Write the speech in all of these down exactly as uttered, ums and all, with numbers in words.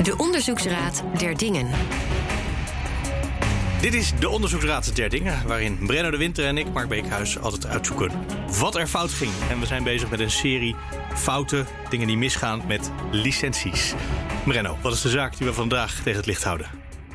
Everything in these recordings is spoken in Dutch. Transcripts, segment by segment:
De Onderzoeksraad der Dingen. Dit is de Onderzoeksraad der Dingen, waarin Brenno de Winter en ik, Mark Beekhuis, altijd uitzoeken wat er fout ging. En we zijn bezig met een serie fouten, dingen die misgaan met licenties. Brenno, wat is de zaak die we vandaag tegen het licht houden?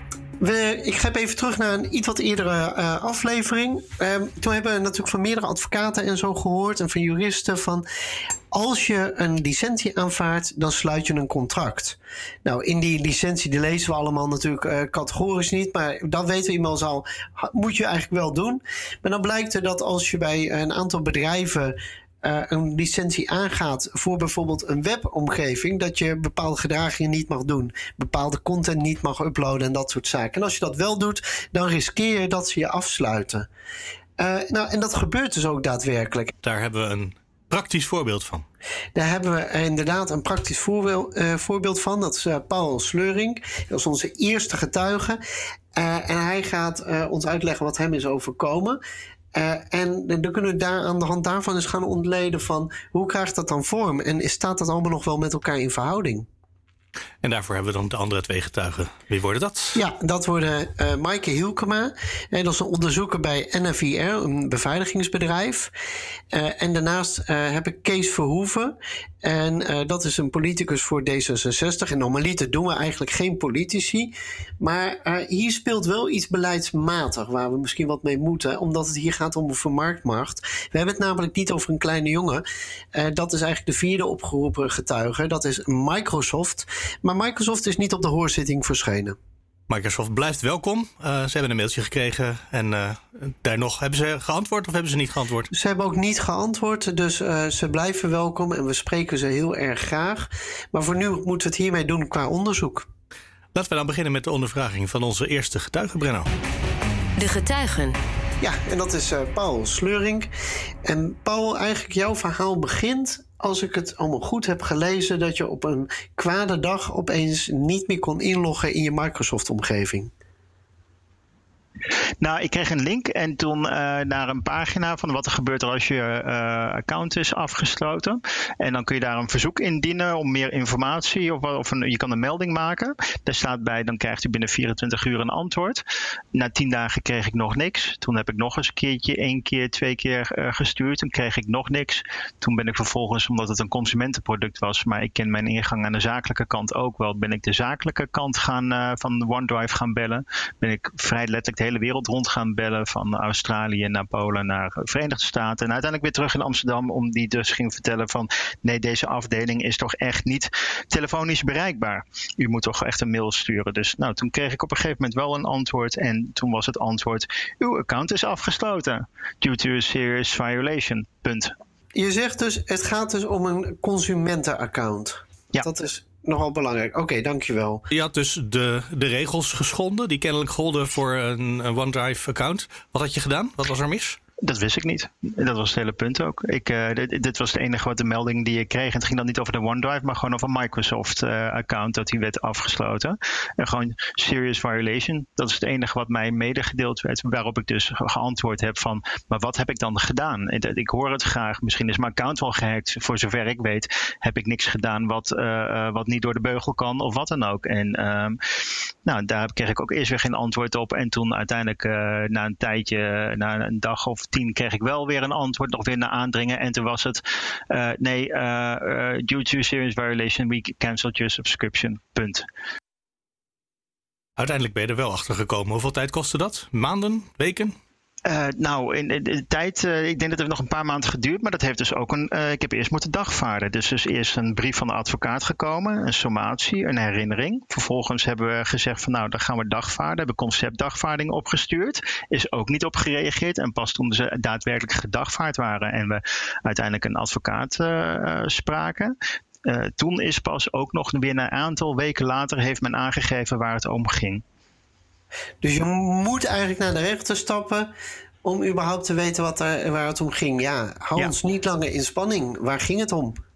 We, ik ga even terug naar een iets wat eerdere uh, aflevering. Uh, toen hebben we natuurlijk van meerdere advocaten en zo gehoord en van juristen van, als je een licentie aanvaardt, dan sluit je een contract. Nou, in die licentie, die lezen we allemaal natuurlijk uh, categorisch niet, maar dat weten we inmiddels al, moet je eigenlijk wel doen. Maar dan blijkt er dat als je bij een aantal bedrijven Uh, een licentie aangaat voor bijvoorbeeld een webomgeving, dat je bepaalde gedragingen niet mag doen, bepaalde content niet mag uploaden en dat soort zaken. En als je dat wel doet, dan riskeer je dat ze je afsluiten. Uh, nou, en dat gebeurt dus ook daadwerkelijk. Daar hebben we een praktisch voorbeeld van. Daar hebben we inderdaad een praktisch voorbeeld, uh, voorbeeld van. Dat is uh, Paul Sleuring. Dat is onze eerste getuige. Uh, en hij gaat uh, ons uitleggen wat hem is overkomen. Uh, en dan kunnen we daar aan de hand daarvan eens gaan ontleden van, hoe krijgt dat dan vorm? En staat dat allemaal nog wel met elkaar in verhouding? En daarvoor hebben we dan de andere twee getuigen. Wie worden dat? Ja, dat worden uh, Maaike Hielkema. En dat is een onderzoeker bij N F I R, een beveiligingsbedrijf. Uh, en daarnaast uh, heb ik Kees Verhoeven. En uh, dat is een politicus voor D zesenzestig. En normaliter doen we eigenlijk geen politici. Maar uh, hier speelt wel iets beleidsmatig, waar we misschien wat mee moeten. Omdat het hier gaat om een vermarktmacht. We hebben het namelijk niet over een kleine jongen. Uh, dat is eigenlijk de vierde opgeroepen getuige. Dat is Microsoft. Maar Microsoft is niet op de hoorzitting verschenen. Microsoft blijft welkom. Uh, ze hebben een mailtje gekregen. En uh, daar nog, hebben ze geantwoord of hebben ze niet geantwoord? Ze hebben ook niet geantwoord. Dus uh, ze blijven welkom en we spreken ze heel erg graag. Maar voor nu moeten we het hiermee doen qua onderzoek. Laten we dan beginnen met de ondervraging van onze eerste getuige, Brenno. De getuigen. Ja, en dat is uh, Paul Sleuring. En Paul, eigenlijk jouw verhaal begint, als ik het allemaal goed heb gelezen, dat je op een kwade dag opeens niet meer kon inloggen in je Microsoft-omgeving. Nou, ik kreeg een link en toen uh, naar een pagina van wat er gebeurt er als je uh, account is afgesloten. En dan kun je daar een verzoek indienen om meer informatie of, of een, je kan een melding maken. Daar staat bij, dan krijgt u binnen vierentwintig uur een antwoord. Na tien dagen kreeg ik nog niks. Toen heb ik nog eens een keertje, één keer, twee keer uh, gestuurd. Toen kreeg ik nog niks. Toen ben ik vervolgens, omdat het een consumentenproduct was, maar ik ken mijn ingang aan de zakelijke kant ook wel, ben ik de zakelijke kant gaan, uh, van OneDrive gaan bellen. Ben ik vrij letterlijk de hele wereld rond gaan bellen, van Australië naar Polen naar de Verenigde Staten en uiteindelijk weer terug in Amsterdam, om die dus ging vertellen van, nee, deze afdeling is toch echt niet telefonisch bereikbaar. U moet toch echt een mail sturen. Dus nou, toen kreeg ik op een gegeven moment wel een antwoord en toen was het antwoord, uw account is afgesloten due to a serious violation. Punt. Je zegt dus, het gaat dus om een consumentenaccount. Ja. Dat is nogal belangrijk. Oké, okay, dankjewel. Je had dus de, de regels geschonden die kennelijk golden voor een, een OneDrive-account. Wat had je gedaan? Wat was er mis? Dat wist ik niet. Dat was het hele punt ook. Ik, uh, dit, dit was de enige wat de melding die ik kreeg. En het ging dan niet over de OneDrive, maar gewoon over een Microsoft-account, uh, dat die werd afgesloten. En gewoon serious violation. Dat is het enige wat mij medegedeeld werd. Waarop ik dus geantwoord heb van, maar wat heb ik dan gedaan? Ik hoor het graag. Misschien is mijn account wel gehackt. Voor zover ik weet heb ik niks gedaan wat, uh, uh, wat niet door de beugel kan of wat dan ook. En um, nou, daar kreeg ik ook eerst weer geen antwoord op. En toen uiteindelijk uh, na een tijdje, na een dag of tien, kreeg ik wel weer een antwoord, nog weer naar aandringen. En toen was het, uh, nee, uh, uh, due to serious violation, we canceled your subscription. Punt. Uiteindelijk ben je er wel achter gekomen. Hoeveel tijd kostte dat? Maanden? Weken? Uh, nou, in, in de tijd, uh, ik denk dat het nog een paar maanden geduurd, maar dat heeft dus ook een, uh, ik heb eerst moeten dagvaarden. Dus dus eerst een brief van de advocaat gekomen, een sommatie, een herinnering. Vervolgens hebben we gezegd van, nou, dan gaan we dagvaarden. Hebben conceptdagvaarding opgestuurd. Is ook niet op gereageerd. En pas toen ze daadwerkelijk gedagvaard waren en we uiteindelijk een advocaat uh, uh, spraken, Uh, toen is pas ook nog weer een aantal weken later heeft men aangegeven waar het om ging. Dus je moet eigenlijk naar de rechter stappen om überhaupt te weten wat er, waar het om ging. Ja, hou ja. ons niet langer in spanning. Waar ging het om?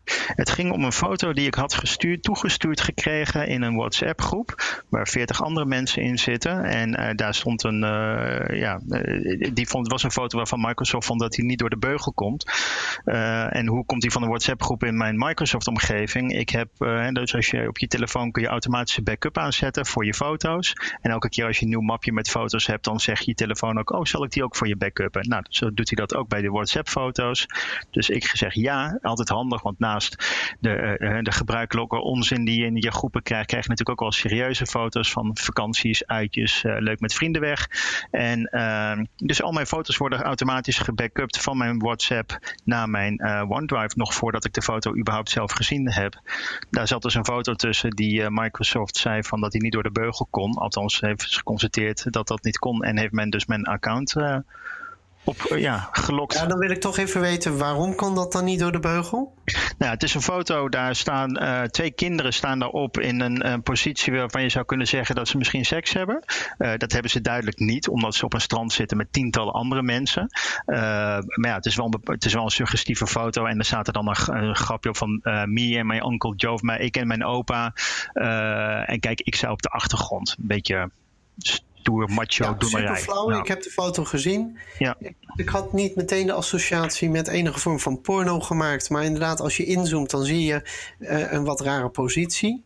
Het ging om een foto die ik had gestuurd, toegestuurd gekregen in een WhatsApp-groep waar veertig andere mensen in zitten. En uh, daar stond een, uh, ja, uh, die vond, was een foto waarvan Microsoft vond dat hij niet door de beugel komt. Uh, en hoe komt die van een WhatsApp-groep in mijn Microsoft-omgeving? Ik heb, uh, dus als je op je telefoon kun je automatische backup aanzetten voor je foto's. En elke keer als je een nieuw mapje met foto's hebt, dan zegt je telefoon ook, oh, zal ik die ook voor je backuppen? Nou, zo doet hij dat ook bij de WhatsApp-foto's. Dus ik zeg ja, altijd handig, want naast de, uh, de gebruikelijke onzin die je in je groepen krijgt, krijg je natuurlijk ook wel serieuze foto's van vakanties, uitjes, uh, leuk met vrienden weg. En uh, dus al mijn foto's worden automatisch gebackupt van mijn WhatsApp naar mijn uh, OneDrive, nog voordat ik de foto überhaupt zelf gezien heb. Daar zat dus een foto tussen die uh, Microsoft zei van dat hij niet door de beugel kon. Althans heeft ze geconstateerd dat dat niet kon en heeft men dus mijn account uh, op, uh, ja, gelokt. Ja, dan wil ik toch even weten, waarom kon dat dan niet door de beugel? Nou, het is een foto, daar staan uh, twee kinderen staan daarop in een, een positie waarvan je zou kunnen zeggen dat ze misschien seks hebben. Uh, dat hebben ze duidelijk niet, omdat ze op een strand zitten met tientallen andere mensen. Uh, maar ja, het is, wel een, het is wel een suggestieve foto en er staat er dan een, een grapje op van uh, me en mijn uncle Joe, of mij, ik en mijn opa. Uh, en kijk, ik sta op de achtergrond. Een beetje stoer, macho, ja, doe maar super flauw. nou. Ik heb de foto gezien. Ja. Ik, ik had niet meteen de associatie met enige vorm van porno gemaakt. Maar inderdaad, als je inzoomt, dan zie je uh, een wat rare positie.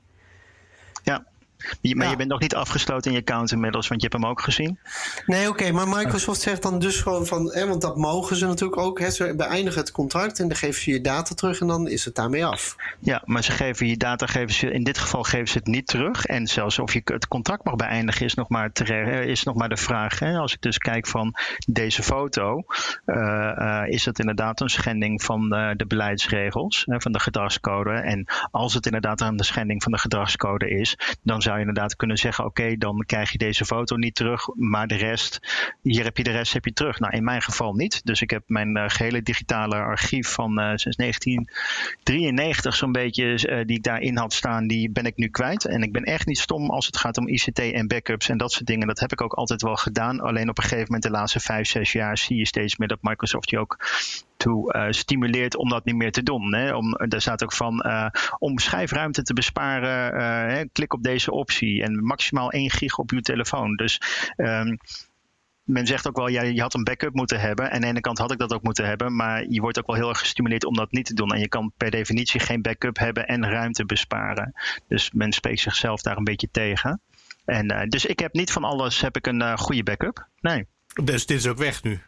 Ja. Maar ja. je bent nog niet afgesloten in je account inmiddels, want je hebt hem ook gezien. Nee, oké, okay, maar Microsoft zegt dan dus gewoon van, hè, want dat mogen ze natuurlijk ook. Hè, ze beëindigen het contract en dan geven ze je data terug en dan is het daarmee af. Ja, maar ze geven je data, geven ze, in dit geval geven ze het niet terug. En zelfs of je het contract mag beëindigen is nog maar, terecht, is nog maar de vraag. Hè. Als ik dus kijk van deze foto, uh, uh, is het inderdaad een schending van uh, de beleidsregels, uh, van de gedragscode. En als het inderdaad een schending van de gedragscode is, dan zou je inderdaad kunnen zeggen, oké, okay, dan krijg je deze foto niet terug, maar de rest, hier heb je de rest heb je terug. Nou, in mijn geval niet. Dus ik heb mijn uh, gehele digitale archief van uh, sinds negentien drieënnegentig zo'n beetje, uh, die ik daarin had staan, die ben ik nu kwijt. En ik ben echt niet stom als het gaat om I C T en backups en dat soort dingen. Dat heb ik ook altijd wel gedaan. Alleen op een gegeven moment de laatste vijf, zes jaar zie je steeds meer dat Microsoft je ook toe uh, stimuleert om dat niet meer te doen. Hè. Om, daar staat ook van, uh, om schijfruimte te besparen, uh, hè, klik op deze optie en maximaal één gig op uw telefoon. Dus um, men zegt ook wel, ja, je had een backup moeten hebben. En aan de ene kant had ik dat ook moeten hebben, maar je wordt ook wel heel erg gestimuleerd om dat niet te doen. En je kan per definitie geen backup hebben en ruimte besparen. Dus men spreekt zichzelf daar een beetje tegen. En, uh, dus ik heb niet van alles heb ik een uh, goede backup. Nee. Dus dit is ook weg nu?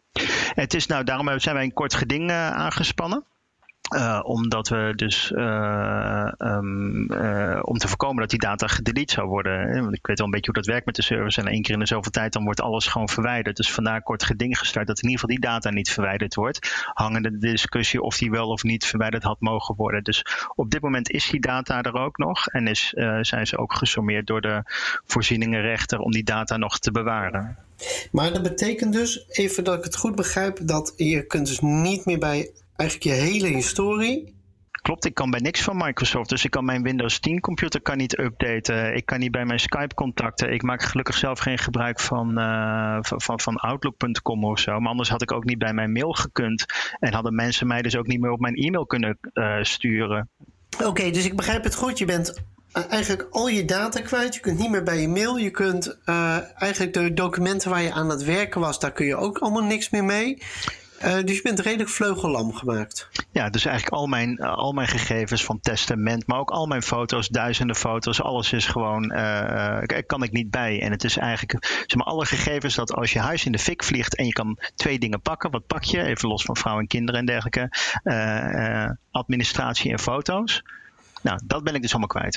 Het is nou, daarom zijn wij een kort geding uh, aangespannen. Uh, omdat we dus, uh, um, uh, om te voorkomen dat die data gedelete zou worden. Want ik weet wel een beetje hoe dat werkt met de servers. En één keer in de zoveel tijd dan wordt alles gewoon verwijderd. Dus vandaar kort geding gestart dat in ieder geval die data niet verwijderd wordt. Hangende de discussie of die wel of niet verwijderd had mogen worden. Dus op dit moment is die data er ook nog. En is, uh, zijn ze ook gesommeerd door de voorzieningenrechter om die data nog te bewaren. Maar dat betekent dus, even dat ik het goed begrijp, dat je kunt dus niet meer bij eigenlijk je hele historie. Klopt, ik kan bij niks van Microsoft. Dus ik kan mijn Windows tien computer kan niet updaten. Ik kan niet bij mijn Skype contacten. Ik maak gelukkig zelf geen gebruik van, uh, van, van Outlook punt com of zo. Maar anders had ik ook niet bij mijn mail gekund. En hadden mensen mij dus ook niet meer op mijn e-mail kunnen uh, sturen. Oké, okay, dus ik begrijp het goed. Je bent eigenlijk al je data kwijt. Je kunt niet meer bij je mail. Je kunt uh, eigenlijk de documenten waar je aan het werken was, daar kun je ook allemaal niks meer mee. Uh, dus je bent redelijk vleugellam gemaakt. Ja, dus eigenlijk al mijn, uh, al mijn gegevens van testament, maar ook al mijn foto's, duizenden foto's, alles is gewoon, uh, kan ik niet bij. En het is eigenlijk, zeg maar, alle gegevens dat als je huis in de fik vliegt en je kan twee dingen pakken, wat pak je? Even los van vrouw en kinderen en dergelijke. Uh, uh, administratie en foto's. Nou, dat ben ik dus allemaal kwijt.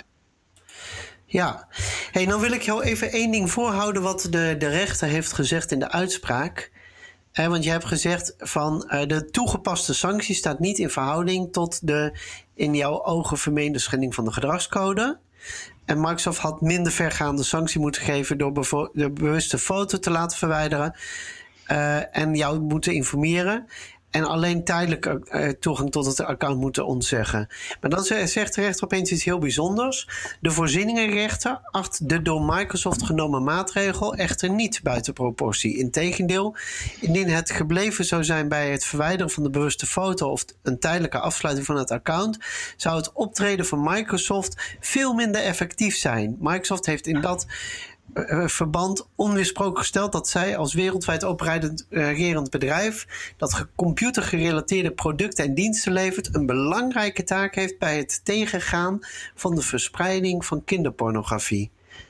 Ja, hey, nou wil ik jou even één ding voorhouden wat de, de rechter heeft gezegd in de uitspraak. Eh, want je hebt gezegd van uh, de toegepaste sanctie staat niet in verhouding tot de in jouw ogen vermeende schending van de gedragscode. En Microsoft had minder vergaande sanctie moeten geven door bevo- de bewuste foto te laten verwijderen uh, en jou moeten informeren. en alleen tijdelijk uh, toegang tot het account moeten ontzeggen. Maar dan zegt de rechter opeens iets heel bijzonders. De voorzieningenrechter acht de door Microsoft genomen maatregel echter niet buiten proportie. Integendeel, indien het gebleven zou zijn bij het verwijderen van de bewuste foto of een tijdelijke afsluiting van het account, zou het optreden van Microsoft veel minder effectief zijn. Microsoft heeft in dat uh, verband onweersproken gesteld dat zij als wereldwijd opererend bedrijf dat computergerelateerde producten en diensten levert, een belangrijke taak heeft bij het tegengaan van de verspreiding van kinderpornografie.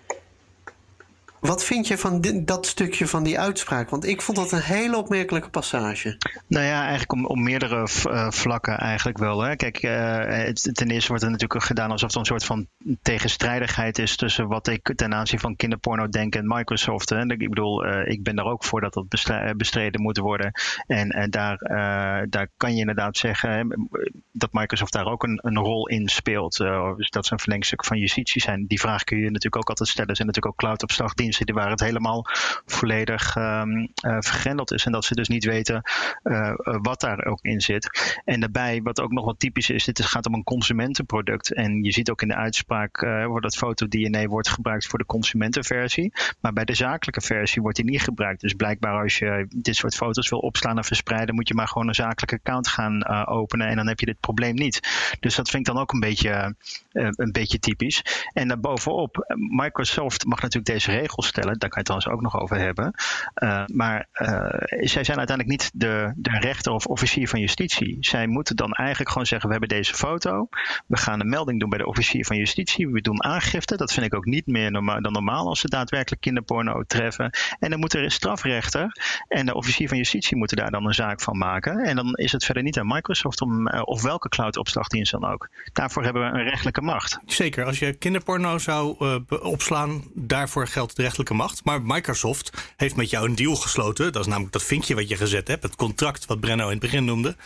Wat vind je van dit, dat stukje van die uitspraak? Want ik vond dat een hele opmerkelijke passage. Nou ja, eigenlijk om, om meerdere uh, vlakken eigenlijk wel. Hè. Kijk, uh, het, ten eerste wordt er natuurlijk gedaan alsof er een soort van tegenstrijdigheid is tussen wat ik ten aanzien van kinderporno denk en Microsoft. Hè. Ik bedoel, uh, ik ben daar ook voor dat dat bestreden moet worden. En, en daar, uh, daar kan je inderdaad zeggen hè, dat Microsoft daar ook een, een rol in speelt. Uh, dus dat ze een verlengstuk van justitie zijn. Die vraag kun je natuurlijk ook altijd stellen. Er zijn natuurlijk ook cloud-opslagdiensten waar het helemaal volledig um, uh, vergrendeld is. En dat ze dus niet weten uh, wat daar ook in zit. En daarbij, wat ook nog wat typisch is, dit gaat om een consumentenproduct. En je ziet ook in de uitspraak uh, wordt dat foto-D N A wordt gebruikt voor de consumentenversie. Maar bij de zakelijke versie wordt die niet gebruikt. Dus blijkbaar als je dit soort foto's wil opslaan en verspreiden, moet je maar gewoon een zakelijk account gaan uh, openen. En dan heb je dit probleem niet. Dus dat vind ik dan ook een beetje, uh, een beetje typisch. En daarbovenop, Microsoft mag natuurlijk deze regels stellen. Daar kan je het trouwens ook nog over hebben. Uh, maar uh, zij zijn uiteindelijk niet de, de rechter of officier van justitie. Zij moeten dan eigenlijk gewoon zeggen, we hebben deze foto. We gaan een melding doen bij de officier van justitie. We doen aangifte. Dat vind ik ook niet meer norma- dan normaal als ze daadwerkelijk kinderporno treffen. En dan moet er een strafrechter en de officier van justitie moeten daar dan een zaak van maken. En dan is het verder niet aan Microsoft om, uh, of welke cloud-opslagdienst dan ook. Daarvoor hebben we een rechtelijke macht. Zeker, als je kinderporno zou uh, opslaan, daarvoor geldt de rechtelijke macht. Maar Microsoft heeft met jou een deal gesloten. Dat is namelijk dat vinkje wat je gezet hebt. Het contract wat Brenno in het begin noemde.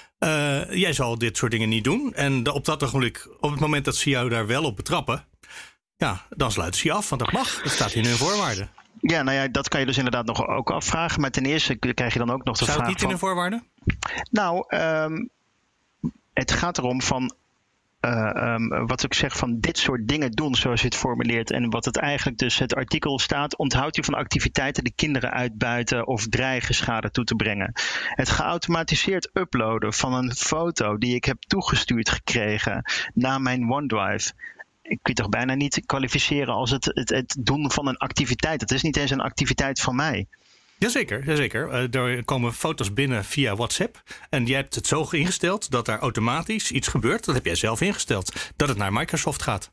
Uh, jij zal dit soort dingen niet doen. En de, op dat ogenblik, op het moment dat ze jou daar wel op betrappen, ja, dan sluiten ze je af. Want dat mag. Dat staat in hun voorwaarden. Ja, nou ja, dat kan je dus inderdaad nog ook afvragen. Maar ten eerste krijg je dan ook nog de Zou vraag het niet van, in de voorwaarden? Nou, um, het gaat erom van Uh, um, wat ik zeg van dit soort dingen doen zoals je het formuleert en wat het eigenlijk dus het artikel staat, onthoudt u van activiteiten die kinderen uitbuiten of dreigen schade toe te brengen. Het geautomatiseerd uploaden van een foto die ik heb toegestuurd gekregen naar mijn OneDrive. Ik kun je toch bijna niet kwalificeren als het, het, het doen van een activiteit. Het is niet eens een activiteit van mij. Jazeker, jazeker. Uh, er komen foto's binnen via WhatsApp. En jij hebt het zo ingesteld dat daar automatisch iets gebeurt. Dat heb jij zelf ingesteld. Dat het naar Microsoft gaat.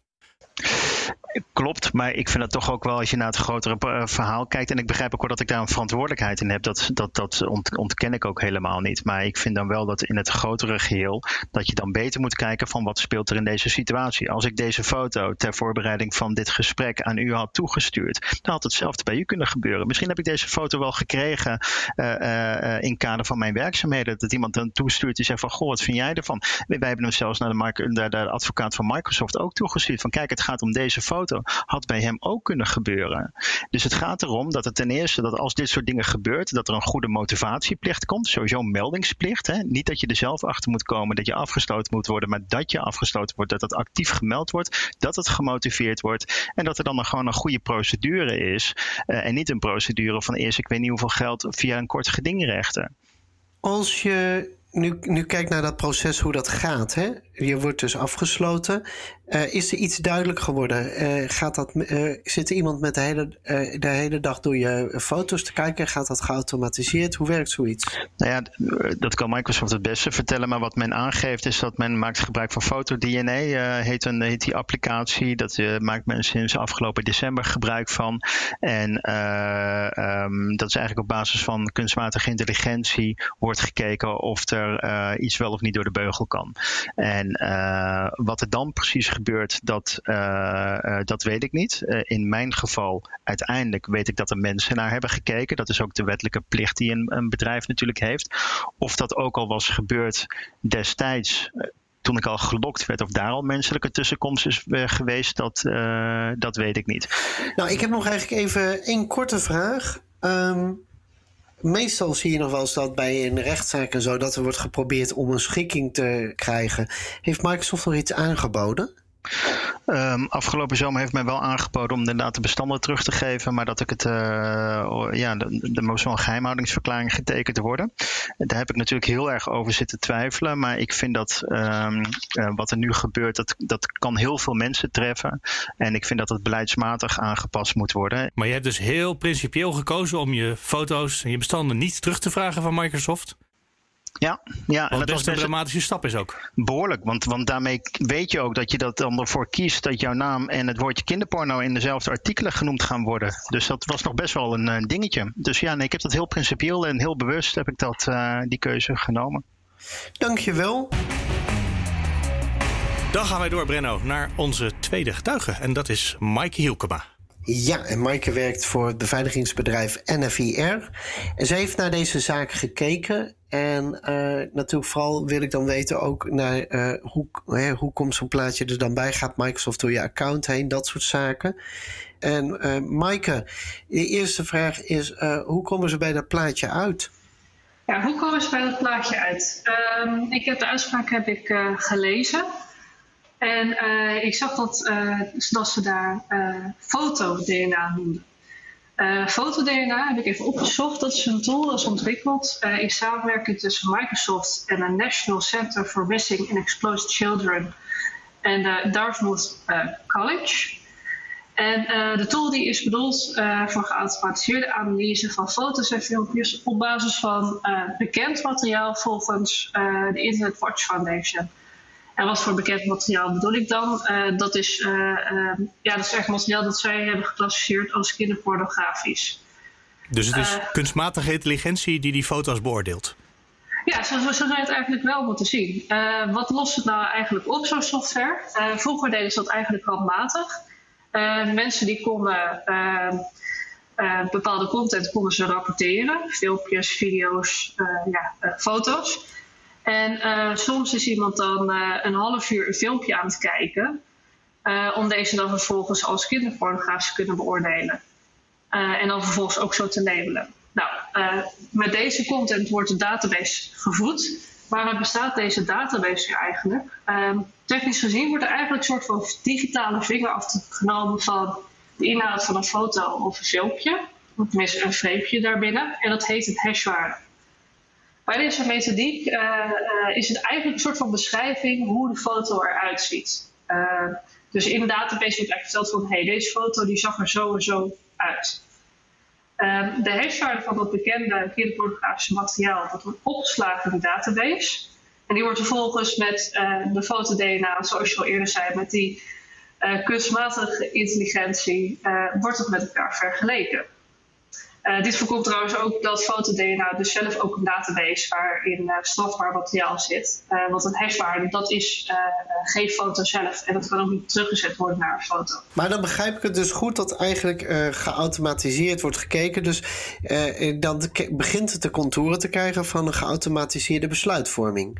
Klopt, maar ik vind het toch ook wel als je naar het grotere uh, verhaal kijkt. En ik begrijp ook wel dat ik daar een verantwoordelijkheid in heb. Dat, dat, dat ont, ontken ik ook helemaal niet. Maar ik vind dan wel dat in het grotere geheel dat je dan beter moet kijken van wat speelt er in deze situatie. Als ik deze foto ter voorbereiding van dit gesprek aan u had toegestuurd, dan had hetzelfde bij u kunnen gebeuren. Misschien heb ik deze foto wel gekregen uh, uh, in kader van mijn werkzaamheden. Dat iemand dan toestuurt die zegt van goh, wat vind jij ervan? Wij hebben hem zelfs naar de, mark- naar de advocaat van Microsoft ook toegestuurd. Van kijk, het gaat om deze foto. Had bij hem ook kunnen gebeuren. Dus het gaat erom dat het ten eerste dat als dit soort dingen gebeurt, dat er een goede motivatieplicht komt. Sowieso een meldingsplicht. Hè? Niet dat je er zelf achter moet komen dat je afgesloten moet worden, maar dat je afgesloten wordt, dat het actief gemeld wordt, dat het gemotiveerd wordt en dat er dan gewoon een goede procedure is. Uh, en niet een procedure van eerst ik weet niet hoeveel geld via een kort geding rechten. Als je nu, nu kijkt naar dat proces, hoe dat gaat, hè? Je wordt dus afgesloten. Uh, is er iets duidelijk geworden? Uh, gaat dat, uh, zit er iemand met de hele, uh, de hele dag door je foto's te kijken? Gaat dat geautomatiseerd? Hoe werkt zoiets? Nou ja, dat kan Microsoft het beste vertellen. Maar wat men aangeeft is dat men maakt gebruik van foto-D N A. Uh, heet, een, heet die applicatie. Dat uh, maakt men sinds afgelopen december gebruik van. En uh, um, dat is eigenlijk op basis van kunstmatige intelligentie wordt gekeken of er uh, iets wel of niet door de beugel kan. En uh, wat er dan precies gebeurt, dat, uh, uh, dat weet ik niet. Uh, in mijn geval, uiteindelijk weet ik dat er mensen naar hebben gekeken. Dat is ook de wettelijke plicht die een, een bedrijf natuurlijk heeft. Of dat ook al was gebeurd destijds, uh, toen ik al gelokt werd, of daar al menselijke tussenkomst is uh, geweest, dat, uh, dat weet ik niet. Nou, ik heb nog eigenlijk even één korte vraag. Um, meestal zie je nog wel eens dat bij een rechtszaak en zo, dat er wordt geprobeerd om een schikking te krijgen. Heeft Microsoft nog iets aangeboden? Um, afgelopen zomer heeft men wel aangeboden om inderdaad de bestanden terug te geven, maar dat ik het, uh, ja, er moest wel een geheimhoudingsverklaring getekend te worden. Daar heb ik natuurlijk heel erg over zitten twijfelen, maar ik vind dat um, uh, wat er nu gebeurt, dat, dat kan heel veel mensen treffen. En ik vind dat het beleidsmatig aangepast moet worden. Maar je hebt dus heel principieel gekozen om je foto's en je bestanden niet terug te vragen van Microsoft? Ja, ja. Wat best een dramatische stap is ook. Behoorlijk, want, want daarmee weet je ook dat je dat dan ervoor kiest dat jouw naam en het woordje kinderporno in dezelfde artikelen genoemd gaan worden. Dus dat was nog best wel een uh, dingetje. Dus ja, nee, ik heb dat heel principieel en heel bewust heb ik dat, uh, die keuze genomen. Dankjewel. Dan gaan wij door, Brenno, naar onze tweede getuige. En dat is Maaike Hielkema. Ja, en Maaike werkt voor het beveiligingsbedrijf N F I R. En zij heeft naar deze zaak gekeken. En uh, natuurlijk vooral wil ik dan weten ook naar uh, hoe, hè, hoe komt zo'n plaatje er dan bij? Gaat Microsoft door je account heen? Dat soort zaken. En uh, Maaike, de eerste vraag is, uh, hoe komen ze bij dat plaatje uit? Ja, hoe komen ze bij dat plaatje uit? Um, ik heb de uitspraak heb ik uh, gelezen. En uh, ik zag dat, uh, dat ze daar uh, foto-D N A noemden. Uh, foto-D N A heb ik even opgezocht. Dat is een tool dat is ontwikkeld uh, in samenwerking tussen Microsoft en het National Center for Missing and Exploited Children en de Dartmouth uh, College. En uh, de tool die is bedoeld uh, voor geautomatiseerde analyse van foto's en filmpjes op basis van uh, bekend materiaal volgens uh, de Internet Watch Foundation. En wat voor bekend materiaal bedoel ik dan? Uh, dat, is, uh, uh, ja, dat is echt materiaal dat zij hebben geclassificeerd als kinderpornografisch. Dus het is Uh, kunstmatige intelligentie die die foto's beoordeelt? Ja, zo, zo zou je het eigenlijk wel moeten zien. Uh, wat lost het nou eigenlijk op, zo'n software? Uh, vroeger deden ze dat eigenlijk handmatig. Uh, mensen die konden uh, uh, bepaalde content konden ze rapporteren. Filmpjes, video's, uh, ja, uh, foto's. En uh, soms is iemand dan uh, een half uur een filmpje aan het kijken. Uh, om deze dan vervolgens als kinderpornografisch te kunnen beoordelen. Uh, en dan vervolgens ook zo te labelen. Nou, uh, met deze content wordt de database gevoed. Waaruit bestaat deze database nu eigenlijk? Uh, technisch gezien wordt er eigenlijk een soort van digitale vingerafdruk genomen van de inhoud van een foto of een filmpje. Of tenminste een streepje daarbinnen. En dat heet het hashwaarde. Bij deze methodiek uh, uh, is het eigenlijk een soort van beschrijving hoe de foto eruit ziet. Uh, dus in de database wordt eigenlijk verteld van, hey, deze foto die zag er zo en zo uit. Uh, de hashwaarde van dat bekende kinderpornografische materiaal dat wordt opgeslagen in de database. En die wordt vervolgens met uh, de foto-D N A, zoals je al eerder zei, met die uh, kunstmatige intelligentie, uh, wordt het met elkaar vergeleken. Uh, dit voorkomt trouwens ook dat foto-D N A dus zelf ook een database waarin uh, strafbaar materiaal zit. Uh, want een hashwaarde, dat is uh, geen foto zelf. En dat kan ook niet teruggezet worden naar een foto. Maar dan begrijp ik het dus goed dat eigenlijk uh, geautomatiseerd wordt gekeken. Dus uh, dan begint het de contouren te krijgen van een geautomatiseerde besluitvorming.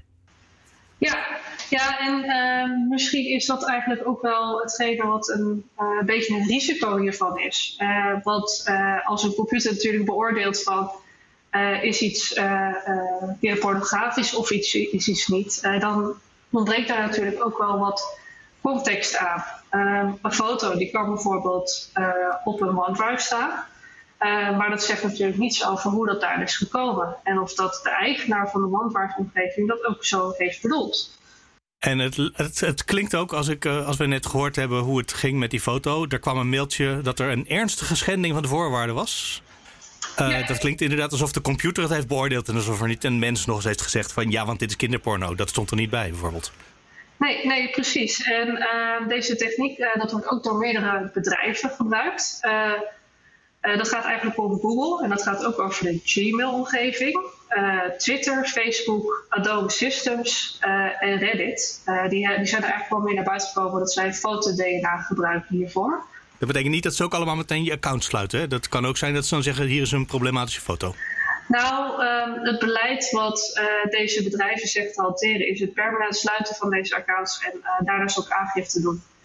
Ja, ja en uh, misschien is dat eigenlijk ook wel hetgene wat een uh, beetje een risico hiervan is. Uh, want uh, als een computer natuurlijk beoordeelt van uh, is iets uh, uh, pornografisch of iets, is iets niet, uh, dan ontbreekt daar natuurlijk ook wel wat context aan. Uh, een foto die kan bijvoorbeeld uh, op een OneDrive staan. Uh, maar dat zegt natuurlijk niets over hoe dat daar is gekomen. En of dat de eigenaar van de OneDrive-omgeving dat ook zo heeft bedoeld. En het, het, het klinkt ook, als, ik, als we net gehoord hebben hoe het ging met die foto. Er kwam een mailtje dat er een ernstige schending van de voorwaarden was. Uh, ja. Dat klinkt inderdaad alsof de computer het heeft beoordeeld. En alsof er niet een mens nog eens heeft gezegd van ja, want dit is kinderporno. Dat stond er niet bij bijvoorbeeld. Nee, nee, precies. En uh, deze techniek uh, dat wordt ook door meerdere bedrijven gebruikt. Uh, Uh, dat gaat eigenlijk om Google en dat gaat ook over de Gmail-omgeving. Uh, Twitter, Facebook, Adobe Systems uh, en Reddit. Uh, die, die zijn er eigenlijk wel mee naar buiten gekomen dat zij foto-D N A gebruiken hiervoor. Dat betekent niet dat ze ook allemaal meteen je account sluiten. Hè? Dat kan ook zijn dat ze dan zeggen hier is een problematische foto. Nou, um, het beleid wat uh, deze bedrijven zeggen te hanteren is het permanent sluiten van deze accounts en uh, daarnaast ook aangifte doen.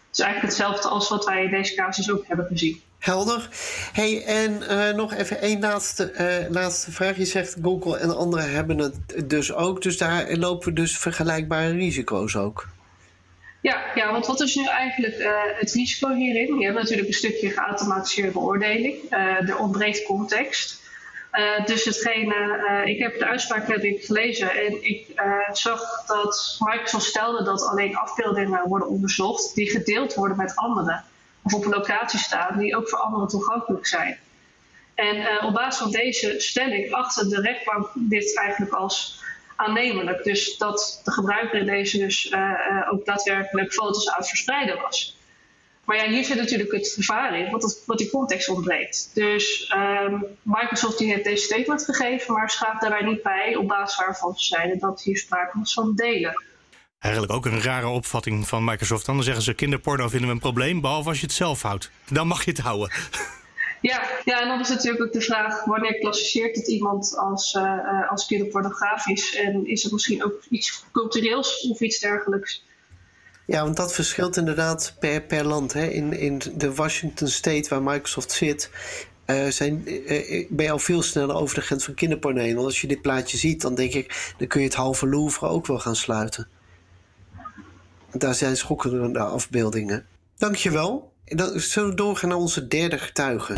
is eigenlijk hetzelfde als wat wij in deze casus ook hebben gezien. Helder. Hey, en uh, nog even één laatste, uh, laatste vraag. Je zegt Google en anderen hebben het dus ook. Dus daar lopen we dus vergelijkbare risico's ook. Ja, ja, want wat is nu eigenlijk uh, het risico hierin? Je hebt natuurlijk een stukje geautomatiseerde beoordeling. Uh, er ontbreekt context. Uh, dus hetgene, uh, ik heb de uitspraak heb ik gelezen en ik uh, zag dat Microsoft stelde dat alleen afbeeldingen worden onderzocht die gedeeld worden met anderen. Of op een locatie staan die ook voor anderen toegankelijk zijn. En uh, op basis van deze stelling achtte de rechtbank dit eigenlijk als aannemelijk. Dus dat de gebruiker in deze dus uh, uh, ook daadwerkelijk foto's aan het verspreiden was. Maar ja, hier zit natuurlijk het gevaar in, want, het, want die context ontbreekt. Dus um, Microsoft die heeft deze statement gegeven, maar schaadt daarbij niet bij op basis waarvan ze zeiden dat hier sprake was van delen. Eigenlijk ook een rare opvatting van Microsoft. Dan zeggen ze kinderporno vinden we een probleem, behalve als je het zelf houdt. Dan mag je het houden. Ja, ja, en dan is natuurlijk ook de vraag wanneer klassificeert het iemand als, uh, als kinderpornografisch? En is het misschien ook iets cultureels of iets dergelijks? Ja, want dat verschilt inderdaad per, per land. Hè. In, in de Washington State waar Microsoft zit, uh, zijn, uh, ben je al veel sneller over de grens van kinderporno heen. Want als je dit plaatje ziet, dan denk ik, dan kun je het halve Louvre ook wel gaan sluiten. Daar zijn schokkende afbeeldingen. Dankjewel. Dan zullen we doorgaan naar onze derde getuige.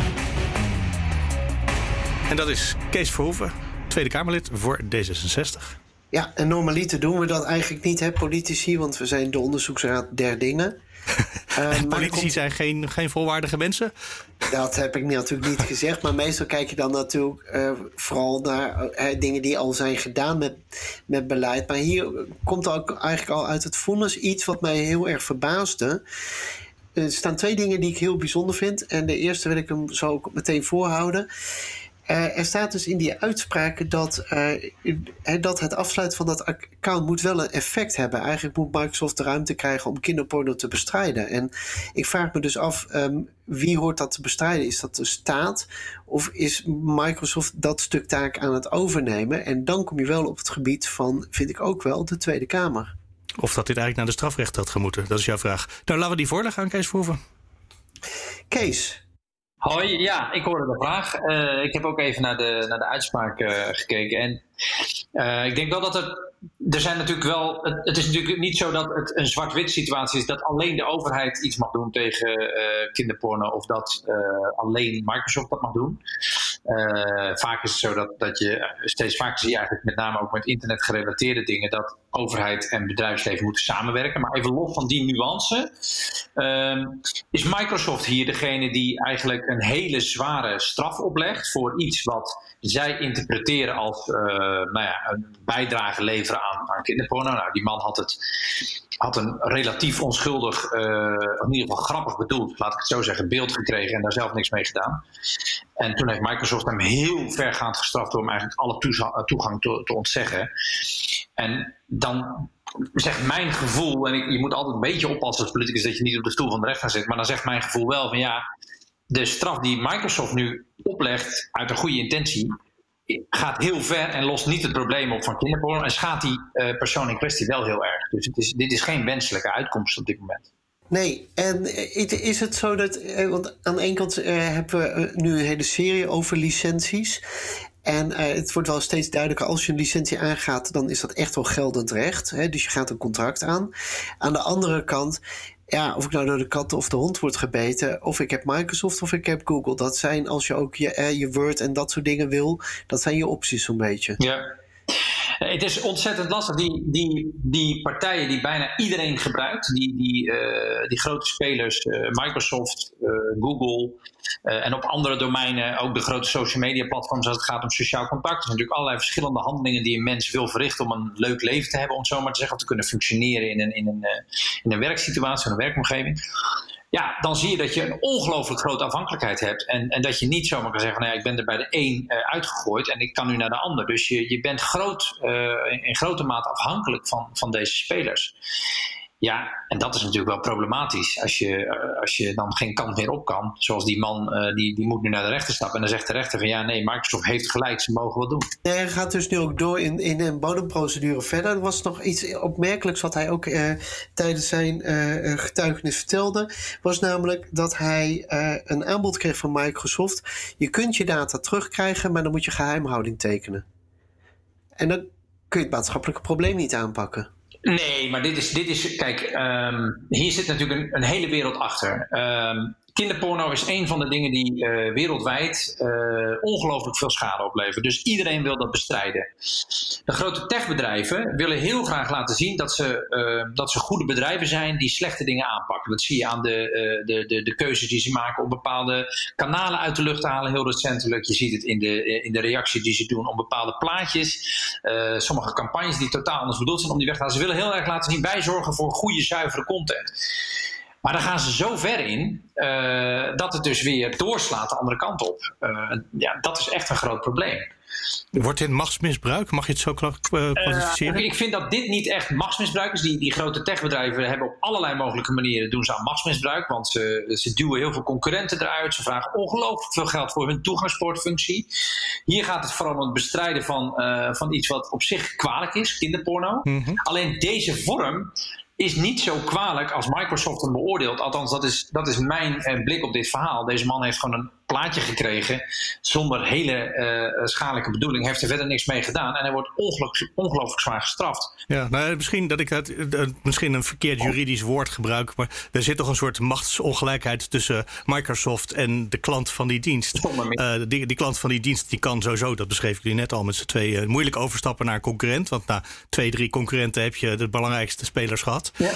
En dat is Kees Verhoeven, Tweede Kamerlid voor D zesenzestig. Ja, en normaliter doen we dat eigenlijk niet, hè, politici, want we zijn de onderzoeksraad der dingen. Uh, politici komt... zijn geen, geen volwaardige mensen? Dat heb ik natuurlijk niet gezegd, maar meestal kijk je dan natuurlijk uh, vooral naar uh, dingen die al zijn gedaan met, met beleid. Maar hier komt ook eigenlijk al uit het vonnis iets wat mij heel erg verbaasde. Er staan twee dingen die ik heel bijzonder vind. En de eerste wil ik hem zo ook meteen voorhouden. Uh, er staat dus in die uitspraken dat, uh, dat het afsluiten van dat account moet wel een effect hebben. Eigenlijk moet Microsoft de ruimte krijgen om kinderporno te bestrijden. En ik vraag me dus af, um, wie hoort dat te bestrijden? Is dat de staat? Of is Microsoft dat stuk taak aan het overnemen? En dan kom je wel op het gebied van, vind ik ook wel, de Tweede Kamer. Of dat dit eigenlijk naar de strafrecht had gemoeten. Dat is jouw vraag. Nou, laten we die voorleggen aan Kees Verhoeven. Kees. Hoi, ja, ik hoorde de vraag. Uh, ik heb ook even naar de, naar de uitspraak uh, gekeken. En uh, ik denk wel dat er... Er zijn natuurlijk wel... Het, het is natuurlijk niet zo dat het een zwart-wit situatie is... dat alleen de overheid iets mag doen tegen uh, kinderporno... of dat uh, alleen Microsoft dat mag doen. Uh, vaak is het zo dat, dat je... Steeds vaker zie je eigenlijk met name ook met internetgerelateerde dingen... dat overheid en bedrijfsleven moeten samenwerken. Maar even los van die nuance... Uh, is Microsoft hier degene die eigenlijk een hele zware straf oplegt... voor iets wat zij interpreteren als uh, nou ja, een bijdrage leveren aan, aan kinderporno. Nou, die man had, het, had een relatief onschuldig, uh, in ieder geval grappig bedoeld, laat ik het zo zeggen, beeld gekregen en daar zelf niks mee gedaan. En toen heeft Microsoft hem heel vergaand gestraft door hem eigenlijk alle toeza- toegang te, te ontzeggen. En dan zegt mijn gevoel, en ik, je moet altijd een beetje oppassen als politicus dat je niet op de stoel van de rechter zit, maar dan zegt mijn gevoel wel van ja, de straf die Microsoft nu oplegt uit een goede intentie gaat heel ver en lost niet het probleem op van kinderporno en schaadt die uh, persoon in kwestie wel heel erg. Dus het is, dit is geen wenselijke uitkomst op dit moment. Nee, en is het zo dat... Want aan de ene kant uh, hebben we nu een hele serie over licenties. En uh, het wordt wel steeds duidelijker, als je een licentie aangaat, dan is dat echt wel geldend recht. Hè? Dus je gaat een contract aan. Aan de andere kant, ja, of ik nou door de kat of de hond word gebeten, of ik heb Microsoft of ik heb Google. Dat zijn, als je ook je, uh, je Word en dat soort dingen wil, dat zijn je opties zo'n beetje. Ja. Het is ontzettend lastig. Die, die, die partijen die bijna iedereen gebruikt, die, die, uh, die grote spelers, uh, Microsoft, uh, Google uh, en op andere domeinen, ook de grote social media platforms als het gaat om sociaal contact. Er zijn natuurlijk allerlei verschillende handelingen die een mens wil verrichten om een leuk leven te hebben, om het zo maar te zeggen, of te kunnen functioneren in een, in een, uh, in een werksituatie, in een werkomgeving. Ja, dan zie je dat je een ongelooflijk grote afhankelijkheid hebt. En, en dat je niet zomaar kan zeggen van, nou ja, ik ben er bij de een uh, uitgegooid en ik kan nu naar de ander. Dus je, je bent groot, uh, in grote mate afhankelijk van, van deze spelers. Ja, en dat is natuurlijk wel problematisch. Als je, als je dan geen kant meer op kan. Zoals die man, uh, die, die moet nu naar de rechter stappen. En dan zegt de rechter van ja, nee, Microsoft heeft gelijk. Ze mogen wat doen. Nee, hij gaat dus nu ook door in, in een bodemprocedure verder. Er was nog iets opmerkelijks wat hij ook uh, tijdens zijn uh, getuigenis vertelde. Was namelijk dat hij uh, een aanbod kreeg van Microsoft. Je kunt je data terugkrijgen, maar dan moet je geheimhouding tekenen. En dan kun je het maatschappelijke probleem niet aanpakken. Nee, maar dit is, dit is kijk, um, hier zit natuurlijk een, een hele wereld achter. Um, kinderporno is een van de dingen die uh, wereldwijd uh, ongelooflijk veel schade opleveren. Dus iedereen wil dat bestrijden. De grote techbedrijven willen heel graag laten zien dat ze, uh, dat ze goede bedrijven zijn die slechte dingen aanpakken. Dat zie je aan de, uh, de, de, de keuzes die ze maken om bepaalde kanalen uit de lucht te halen, heel recentelijk. Je ziet het in de, in de reactie die ze doen om bepaalde plaatjes. Uh, sommige campagnes die totaal anders bedoeld zijn om die weg te halen. Ze willen heel erg laten zien, wij zorgen voor goede, zuivere content. Maar dan gaan ze zo ver in uh, dat het dus weer doorslaat de andere kant op. Uh, ja, dat is echt een groot probleem. Wordt dit machtsmisbruik? Mag je het zo kwalificeren? Uh, ik vind dat dit niet echt machtsmisbruik is. Die, die grote techbedrijven hebben op allerlei mogelijke manieren doen ze aan machtsmisbruik. Want ze, ze duwen heel veel concurrenten eruit. Ze vragen ongelooflijk veel geld voor hun toegangspoortfunctie. Hier gaat het vooral om het bestrijden van, uh, van iets wat op zich kwalijk is, kinderporno. Mm-hmm. Alleen deze vorm is niet zo kwalijk als Microsoft hem beoordeelt. Althans, dat is, dat is mijn uh, blik op dit verhaal. Deze man heeft gewoon een plaatje gekregen zonder hele uh, schadelijke bedoeling. Heeft er verder niks mee gedaan. En hij wordt ongelooflijk, ongelooflijk zwaar gestraft. Ja, nou, misschien dat ik het, uh, misschien een verkeerd juridisch woord gebruik. Maar er zit toch een soort machtsongelijkheid tussen Microsoft en de klant van die dienst. Uh, die, die klant van die dienst die kan sowieso, dat beschreef ik jullie net al met z'n tweeën, uh, moeilijk overstappen naar een concurrent. Want na twee, drie concurrenten heb je de belangrijkste spelers gehad. Ja.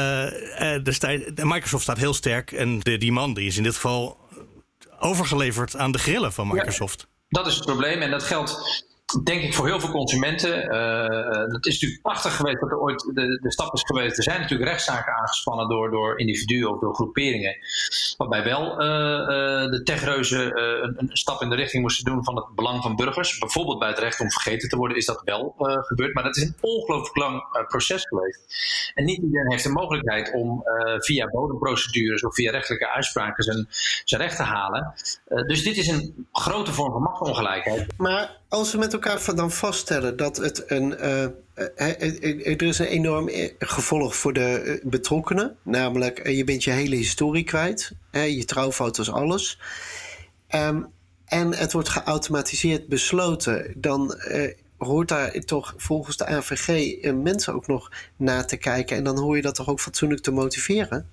Uh, uh, dus Microsoft staat heel sterk. En de, die man die is in dit geval overgeleverd aan de grillen van Microsoft. Ja, dat is het probleem en dat geldt denk ik voor heel veel consumenten. Uh, het is natuurlijk prachtig geweest dat er ooit de, de stap is geweest. Er zijn natuurlijk rechtszaken aangespannen door, door individuen of door groeperingen. Waarbij wel uh, uh, de techreuzen uh, een, een stap in de richting moesten doen van het belang van burgers. Bijvoorbeeld bij het recht om vergeten te worden is dat wel uh, gebeurd. Maar dat is een ongelooflijk lang uh, proces geweest. En niet iedereen heeft de mogelijkheid om uh, via bodemprocedures of via rechtelijke uitspraken zijn, zijn recht te halen. Uh, dus dit is een grote vorm van machtsongelijkheid. Maar als we met elkaar dan vaststellen dat het een, uh, uh, er is een enorm gevolg voor de betrokkenen. Namelijk, uh, je bent je hele historie kwijt. Uh, je trouwfoto's, alles. Um, en het wordt geautomatiseerd besloten. Dan uh, hoort daar toch volgens de A V G uh, mensen ook nog naar te kijken. En dan hoor je dat toch ook fatsoenlijk te motiveren?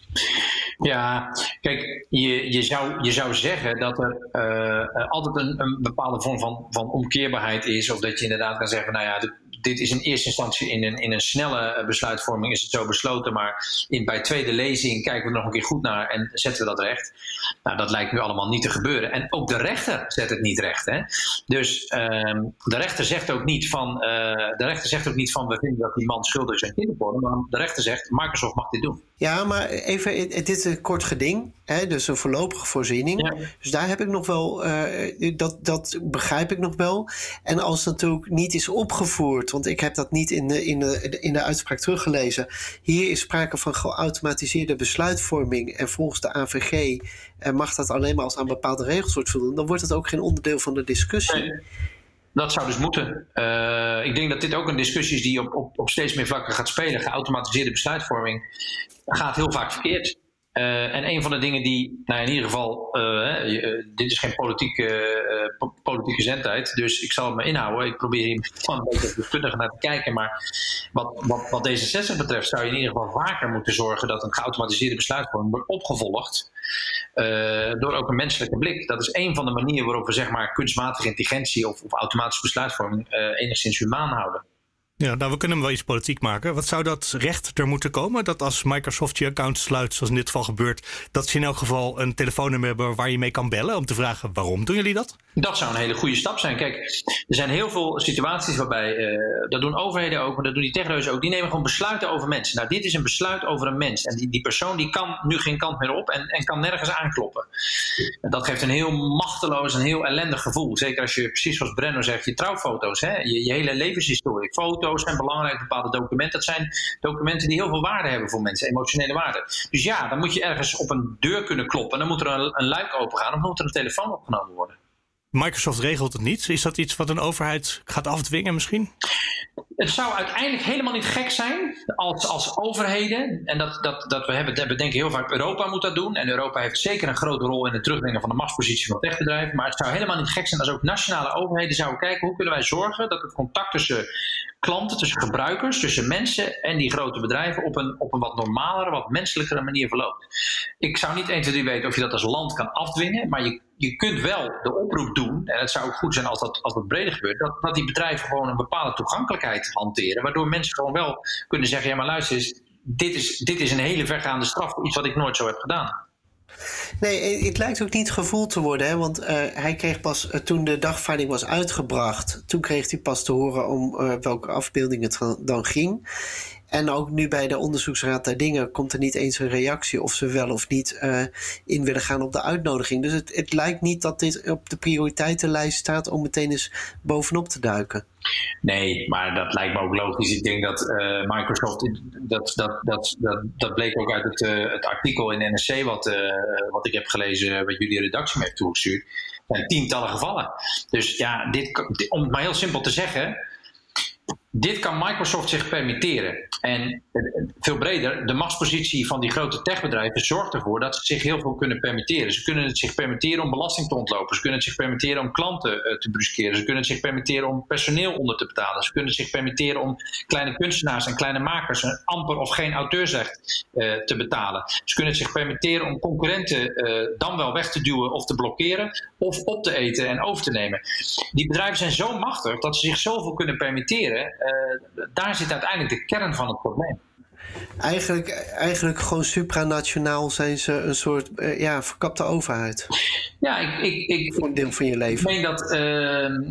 Ja, kijk, je, je, zou, je zou zeggen dat er uh, altijd een, een bepaalde vorm van, van omkeerbaarheid is. Of dat je inderdaad kan zeggen, nou ja, dit, dit is in eerste instantie in een, in een snelle besluitvorming is het zo besloten. Maar in, bij tweede lezing kijken we er nog een keer goed naar en zetten we dat recht. Nou, dat lijkt nu allemaal niet te gebeuren. En ook de rechter zet het niet recht. Hè? Dus um, de rechter zegt ook niet van, uh, de rechter zegt ook niet van, we vinden dat die man schuldig is aan kinderporno. Maar de rechter zegt, Microsoft mag dit doen. Ja, maar even, dit is een kort geding, hè, dus een voorlopige voorziening. Ja. Dus daar heb ik nog wel, uh, dat, dat begrijp ik nog wel. En als het natuurlijk niet is opgevoerd, want ik heb dat niet in de, in de, in de uitspraak teruggelezen. Hier is sprake van geautomatiseerde besluitvorming en volgens de A V G uh, mag dat alleen maar als aan bepaalde regels wordt voldoen. Dan wordt het ook geen onderdeel van de discussie. Nee. Dat zou dus moeten. Uh, ik denk dat dit ook een discussie is die op, op, op steeds meer vlakken gaat spelen. Geautomatiseerde besluitvorming gaat heel vaak verkeerd. Uh, en een van de dingen die, nou in ieder geval, uh, uh, dit is geen politieke, uh, po- politieke zendtijd, dus ik zal het me inhouden. Ik probeer hier van een beetje deskundige naar te kijken. Maar wat, wat, wat D zesenzestig betreft zou je in ieder geval vaker moeten zorgen dat een geautomatiseerde besluitvorming wordt opgevolgd uh, door ook een menselijke blik. Dat is een van de manieren waarop we zeg maar kunstmatige intelligentie of, of automatische besluitvorming uh, enigszins humaan houden. Ja, nou, we kunnen hem wel iets politiek maken. Wat zou dat recht er moeten komen? Dat als Microsoft je account sluit, zoals in dit geval gebeurt, dat ze in elk geval een telefoonnummer hebben waar je mee kan bellen om te vragen, waarom doen jullie dat? Dat zou een hele goede stap zijn. Kijk, er zijn heel veel situaties waarbij, uh, dat doen overheden ook, maar dat doen die techreuzen ook, die nemen gewoon besluiten over mensen. Nou, dit is een besluit over een mens. En die, die persoon die kan nu geen kant meer op en, en kan nergens aankloppen. En dat geeft een heel machteloos en heel ellendig gevoel. Zeker als je, precies zoals Brenno zegt, je trouwfoto's, hè, je, je hele levenshistorie, foto's, foto's zijn belangrijk, bepaalde documenten. Dat zijn documenten die heel veel waarde hebben voor mensen, emotionele waarde. Dus ja, dan moet je ergens op een deur kunnen kloppen. Dan moet er een, een luik open gaan of moet er een telefoon opgenomen worden. Microsoft regelt het niet. Is dat iets wat een overheid gaat afdwingen misschien? Het zou uiteindelijk helemaal niet gek zijn als, als overheden, en dat, dat, dat we hebben, dat we denken heel vaak Europa moet dat doen. En Europa heeft zeker een grote rol in het terugbrengen van de machtspositie van techbedrijven. Maar het zou helemaal niet gek zijn als ook nationale overheden zouden kijken hoe kunnen wij zorgen dat het contact tussen klanten, tussen gebruikers, tussen mensen en die grote bedrijven op een, op een wat normalere, wat menselijkere manier verloopt. Ik zou niet één, twee, drie weten of je dat als land kan afdwingen, maar je, je kunt wel de oproep doen, en het zou ook goed zijn als dat, als dat breder gebeurt, dat, dat die bedrijven gewoon een bepaalde toegankelijkheid hanteren, waardoor mensen gewoon wel kunnen zeggen, ja maar luister eens, dit is, dit is een hele vergaande straf voor iets wat ik nooit zo heb gedaan. Nee, het lijkt ook niet gevoeld te worden. Hè? Want uh, hij kreeg pas, uh, toen de dagvaarding was uitgebracht, toen kreeg hij pas te horen om uh, welke afbeelding het dan ging. En ook nu bij de onderzoeksraad der dingen komt er niet eens een reactie of ze wel of niet uh, in willen gaan op de uitnodiging. Dus het, het lijkt niet dat dit op de prioriteitenlijst staat om meteen eens bovenop te duiken. Nee, maar dat lijkt me ook logisch. Ik denk dat uh, Microsoft, dat, dat, dat, dat, dat bleek ook uit het, uh, het artikel in N R C wat, uh, wat ik heb gelezen, wat jullie redactie me heeft toegestuurd. Er zijn tientallen gevallen. Dus ja, dit, om het maar heel simpel te zeggen, dit kan Microsoft zich permitteren. En veel breder, de machtspositie van die grote techbedrijven zorgt ervoor dat ze zich heel veel kunnen permitteren. Ze kunnen het zich permitteren om belasting te ontlopen. Ze kunnen het zich permitteren om klanten uh, te bruskeren. Ze kunnen het zich permitteren om personeel onder te betalen. Ze kunnen het zich permitteren om kleine kunstenaars en kleine makers een amper of geen auteursrecht uh, te betalen. Ze kunnen het zich permitteren om concurrenten uh, dan wel weg te duwen of te blokkeren of op te eten en over te nemen. Die bedrijven zijn zo machtig dat ze zich zoveel kunnen permitteren. Uh, daar zit uiteindelijk de kern van het probleem. Eigenlijk, eigenlijk gewoon supranationaal zijn ze een soort uh, ja, verkapte overheid. Ja, ik, ik, ik, voor een deel van je leven. Ik meen dat uh, uh,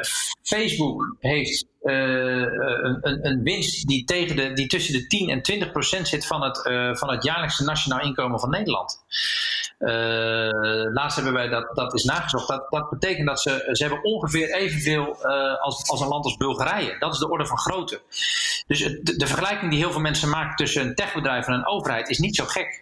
Facebook heeft uh, een, een, een winst die, tegen de, die tussen de tien en twintig procent zit van het, uh, van het jaarlijkse nationaal inkomen van Nederland. Uh, laatst hebben wij dat, dat is nagezocht. Dat, dat betekent dat ze, ze hebben ongeveer evenveel uh, als, als een land als Bulgarije. Dat is de orde van grootte. Dus het, de, de vergelijking die heel veel mensen maken tussen een techbedrijf en een overheid is niet zo gek.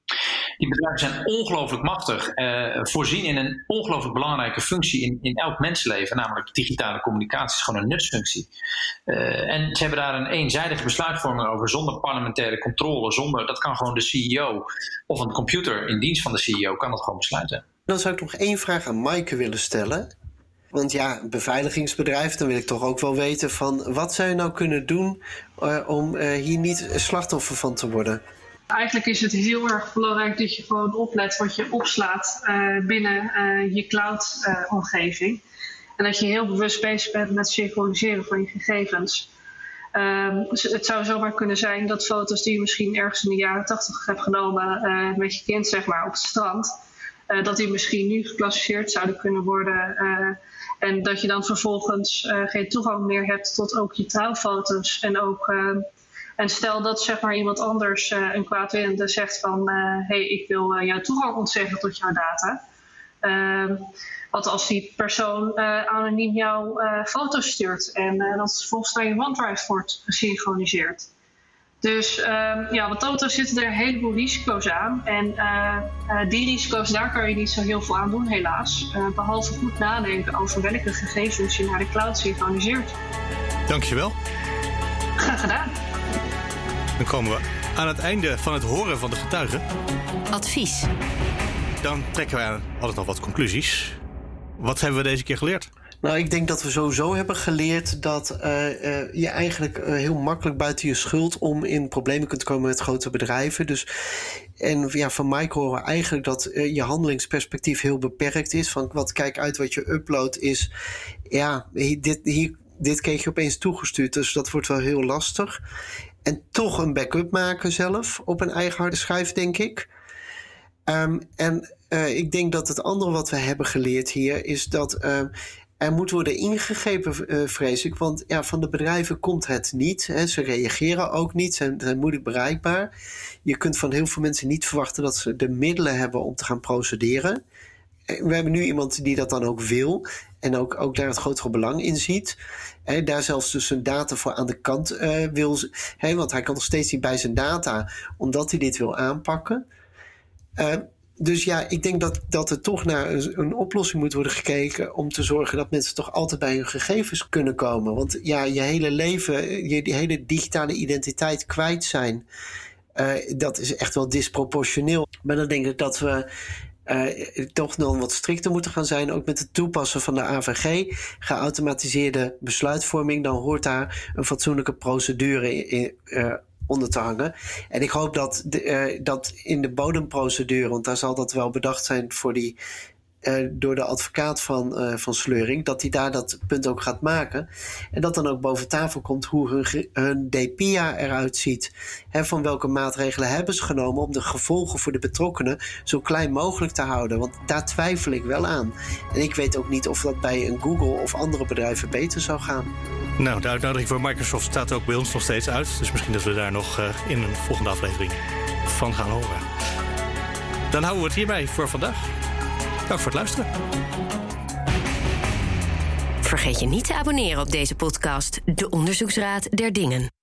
Die bedrijven zijn ongelooflijk machtig, uh, voorzien in een ongelooflijk belangrijke functie in, in elk mensenleven, namelijk digitale communicatie is gewoon een nutsfunctie. Uh, en ze hebben daar een eenzijdige besluitvorming over, zonder parlementaire controle, zonder, dat kan gewoon de C E O of een computer in dienst van de C E O kan dat gewoon besluiten. Dan zou ik nog één vraag aan Maaike willen stellen. Want ja, een beveiligingsbedrijf, dan wil ik toch ook wel weten van wat zou je nou kunnen doen uh, om uh, hier niet slachtoffer van te worden? Eigenlijk is het heel erg belangrijk dat je gewoon oplet wat je opslaat uh, binnen uh, je cloud-omgeving. Uh, en dat je heel bewust bezig bent met het synchroniseren van je gegevens. Um, het zou zomaar kunnen zijn dat foto's die je misschien ergens in de jaren tachtig hebt genomen uh, met je kind, zeg maar, op het strand, uh, dat die misschien nu geclassificeerd zouden kunnen worden. Uh, en dat je dan vervolgens uh, geen toegang meer hebt tot ook je trouwfoto's en ook... Uh, En stel dat zeg maar iemand anders uh, een kwaadwillende zegt van uh, hey, ik wil uh, jouw toegang ontzeggen tot jouw data. Uh, wat als die persoon uh, anoniem jouw uh, foto's stuurt en uh, dat vervolgens naar je OneDrive wordt gesynchroniseerd. Dus uh, ja, wat dat betreft zitten er een heleboel risico's aan. En uh, uh, die risico's, daar kan je niet zo heel veel aan doen helaas. Uh, behalve goed nadenken over welke gegevens je naar de cloud synchroniseert. Dankjewel. Graag gedaan. Dan komen we aan het einde van het horen van de getuigen. Advies. Dan trekken we altijd nog wat conclusies. Wat hebben we deze keer geleerd? Nou, ik denk dat we sowieso hebben geleerd dat uh, uh, je eigenlijk uh, heel makkelijk buiten je schuld om in problemen kunt komen met grote bedrijven. Dus, en ja, van Mike horen we eigenlijk dat uh, je handelingsperspectief heel beperkt is. Van wat kijk uit wat je uploadt is, ja, dit, hier, dit kreeg je opeens toegestuurd. Dus dat wordt wel heel lastig. En toch een backup maken zelf op een eigen harde schijf, denk ik. Um, en uh, ik denk dat het andere wat we hebben geleerd hier is dat uh, er moet worden ingegrepen, uh, vrees ik. Want ja, van de bedrijven komt het niet. Hè. Ze reageren ook niet, ze zijn, zijn moeilijk bereikbaar. Je kunt van heel veel mensen niet verwachten dat ze de middelen hebben om te gaan procederen. we hebben nu iemand die dat dan ook wil en ook, ook daar het grotere belang in ziet. He, daar zelfs dus zijn data voor aan de kant uh, wil. He, want hij kan nog steeds niet bij zijn data, omdat hij dit wil aanpakken. Uh, dus ja, ik denk dat, dat er toch naar een, een oplossing moet worden gekeken om te zorgen dat mensen toch altijd bij hun gegevens kunnen komen. Want ja, je hele leven, je die hele digitale identiteit kwijt zijn, uh, dat is echt wel disproportioneel. Maar dan denk ik dat we Uh, toch nog wat strikter moeten gaan zijn. Ook met het toepassen van de A V G. Geautomatiseerde besluitvorming. Dan hoort daar een fatsoenlijke procedure in, uh, onder te hangen. En ik hoop dat, de, uh, dat in de bodemprocedure, want daar zal dat wel bedacht zijn voor die, uh, door de advocaat van, uh, van Sleuring, dat hij daar dat punt ook gaat maken. En dat dan ook boven tafel komt hoe hun, hun D P I A eruit ziet. He, van welke maatregelen hebben ze genomen om de gevolgen voor de betrokkenen zo klein mogelijk te houden. Want daar twijfel ik wel aan. En ik weet ook niet of dat bij een Google of andere bedrijven beter zou gaan. Nou, de uitnodiging voor Microsoft staat ook bij ons nog steeds uit. Dus misschien dat we daar nog uh, in een volgende aflevering van gaan horen. Dan houden we het hierbij voor vandaag. Dank voor het luisteren. Vergeet je niet te abonneren op deze podcast, De Onderzoeksraad der Dingen.